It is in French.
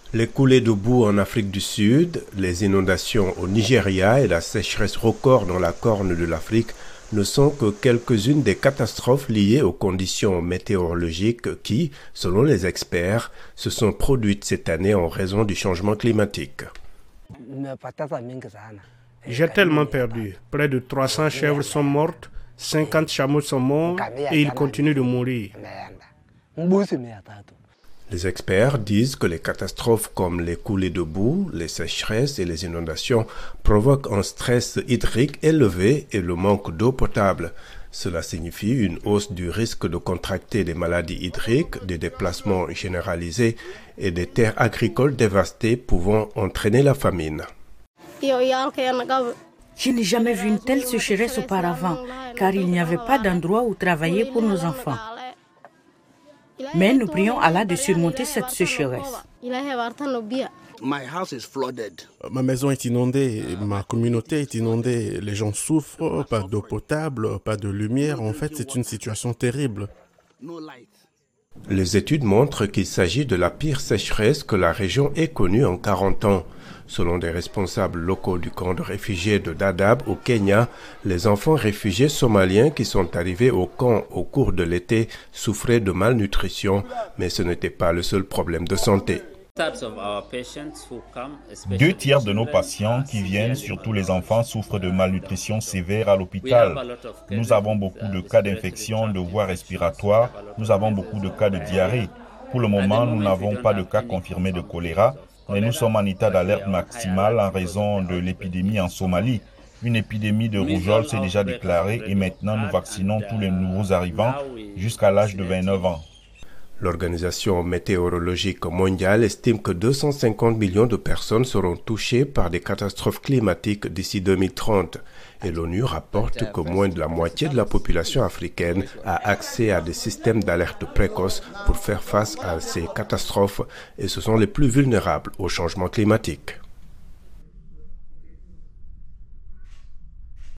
Les coulées de boue en Afrique du Sud, les inondations au Nigeria et la sécheresse record dans la Corne de l'Afrique ne sont que quelques-unes des catastrophes liées aux conditions météorologiques qui, selon les experts, se sont produites cette année en raison du changement climatique. J'ai tellement perdu. Près de 300 chèvres sont mortes, 50 chameaux sont morts et ils continuent de mourir. Les experts disent que les catastrophes comme les coulées de boue, les sécheresses et les inondations provoquent un stress hydrique élevé et le manque d'eau potable. Cela signifie une hausse du risque de contracter des maladies hydriques, des déplacements généralisés et des terres agricoles dévastées pouvant entraîner la famine. Je n'ai jamais vu une telle sécheresse auparavant, car il n'y avait pas d'endroit où travailler pour nos enfants. Mais nous prions Allah de surmonter cette sécheresse. Ma maison est inondée, ma communauté est inondée, les gens souffrent, pas d'eau potable, pas de lumière. En fait, c'est une situation terrible. Les études montrent qu'il s'agit de la pire sécheresse que la région ait connue en 40 ans. Selon des responsables locaux du camp de réfugiés de Dadaab au Kenya, les enfants réfugiés somaliens qui sont arrivés au camp au cours de l'été souffraient de malnutrition, mais ce n'était pas le seul problème de santé. 2 tiers de nos patients qui viennent, surtout les enfants, souffrent de malnutrition sévère à l'hôpital. Nous avons beaucoup de cas d'infection de voies respiratoires, nous avons beaucoup de cas de diarrhée. Pour le moment, nous n'avons pas de cas confirmés de choléra, mais nous sommes en état d'alerte maximale en raison de l'épidémie en Somalie. Une épidémie de rougeole s'est déjà déclarée et maintenant nous vaccinons tous les nouveaux arrivants jusqu'à l'âge de 29 ans. L'Organisation météorologique mondiale estime que 250 millions de personnes seront touchées par des catastrophes climatiques d'ici 2030. Et l'ONU rapporte que moins de la moitié de la population africaine a accès à des systèmes d'alerte précoce pour faire face à ces catastrophes et ce sont les plus vulnérables au changement climatique.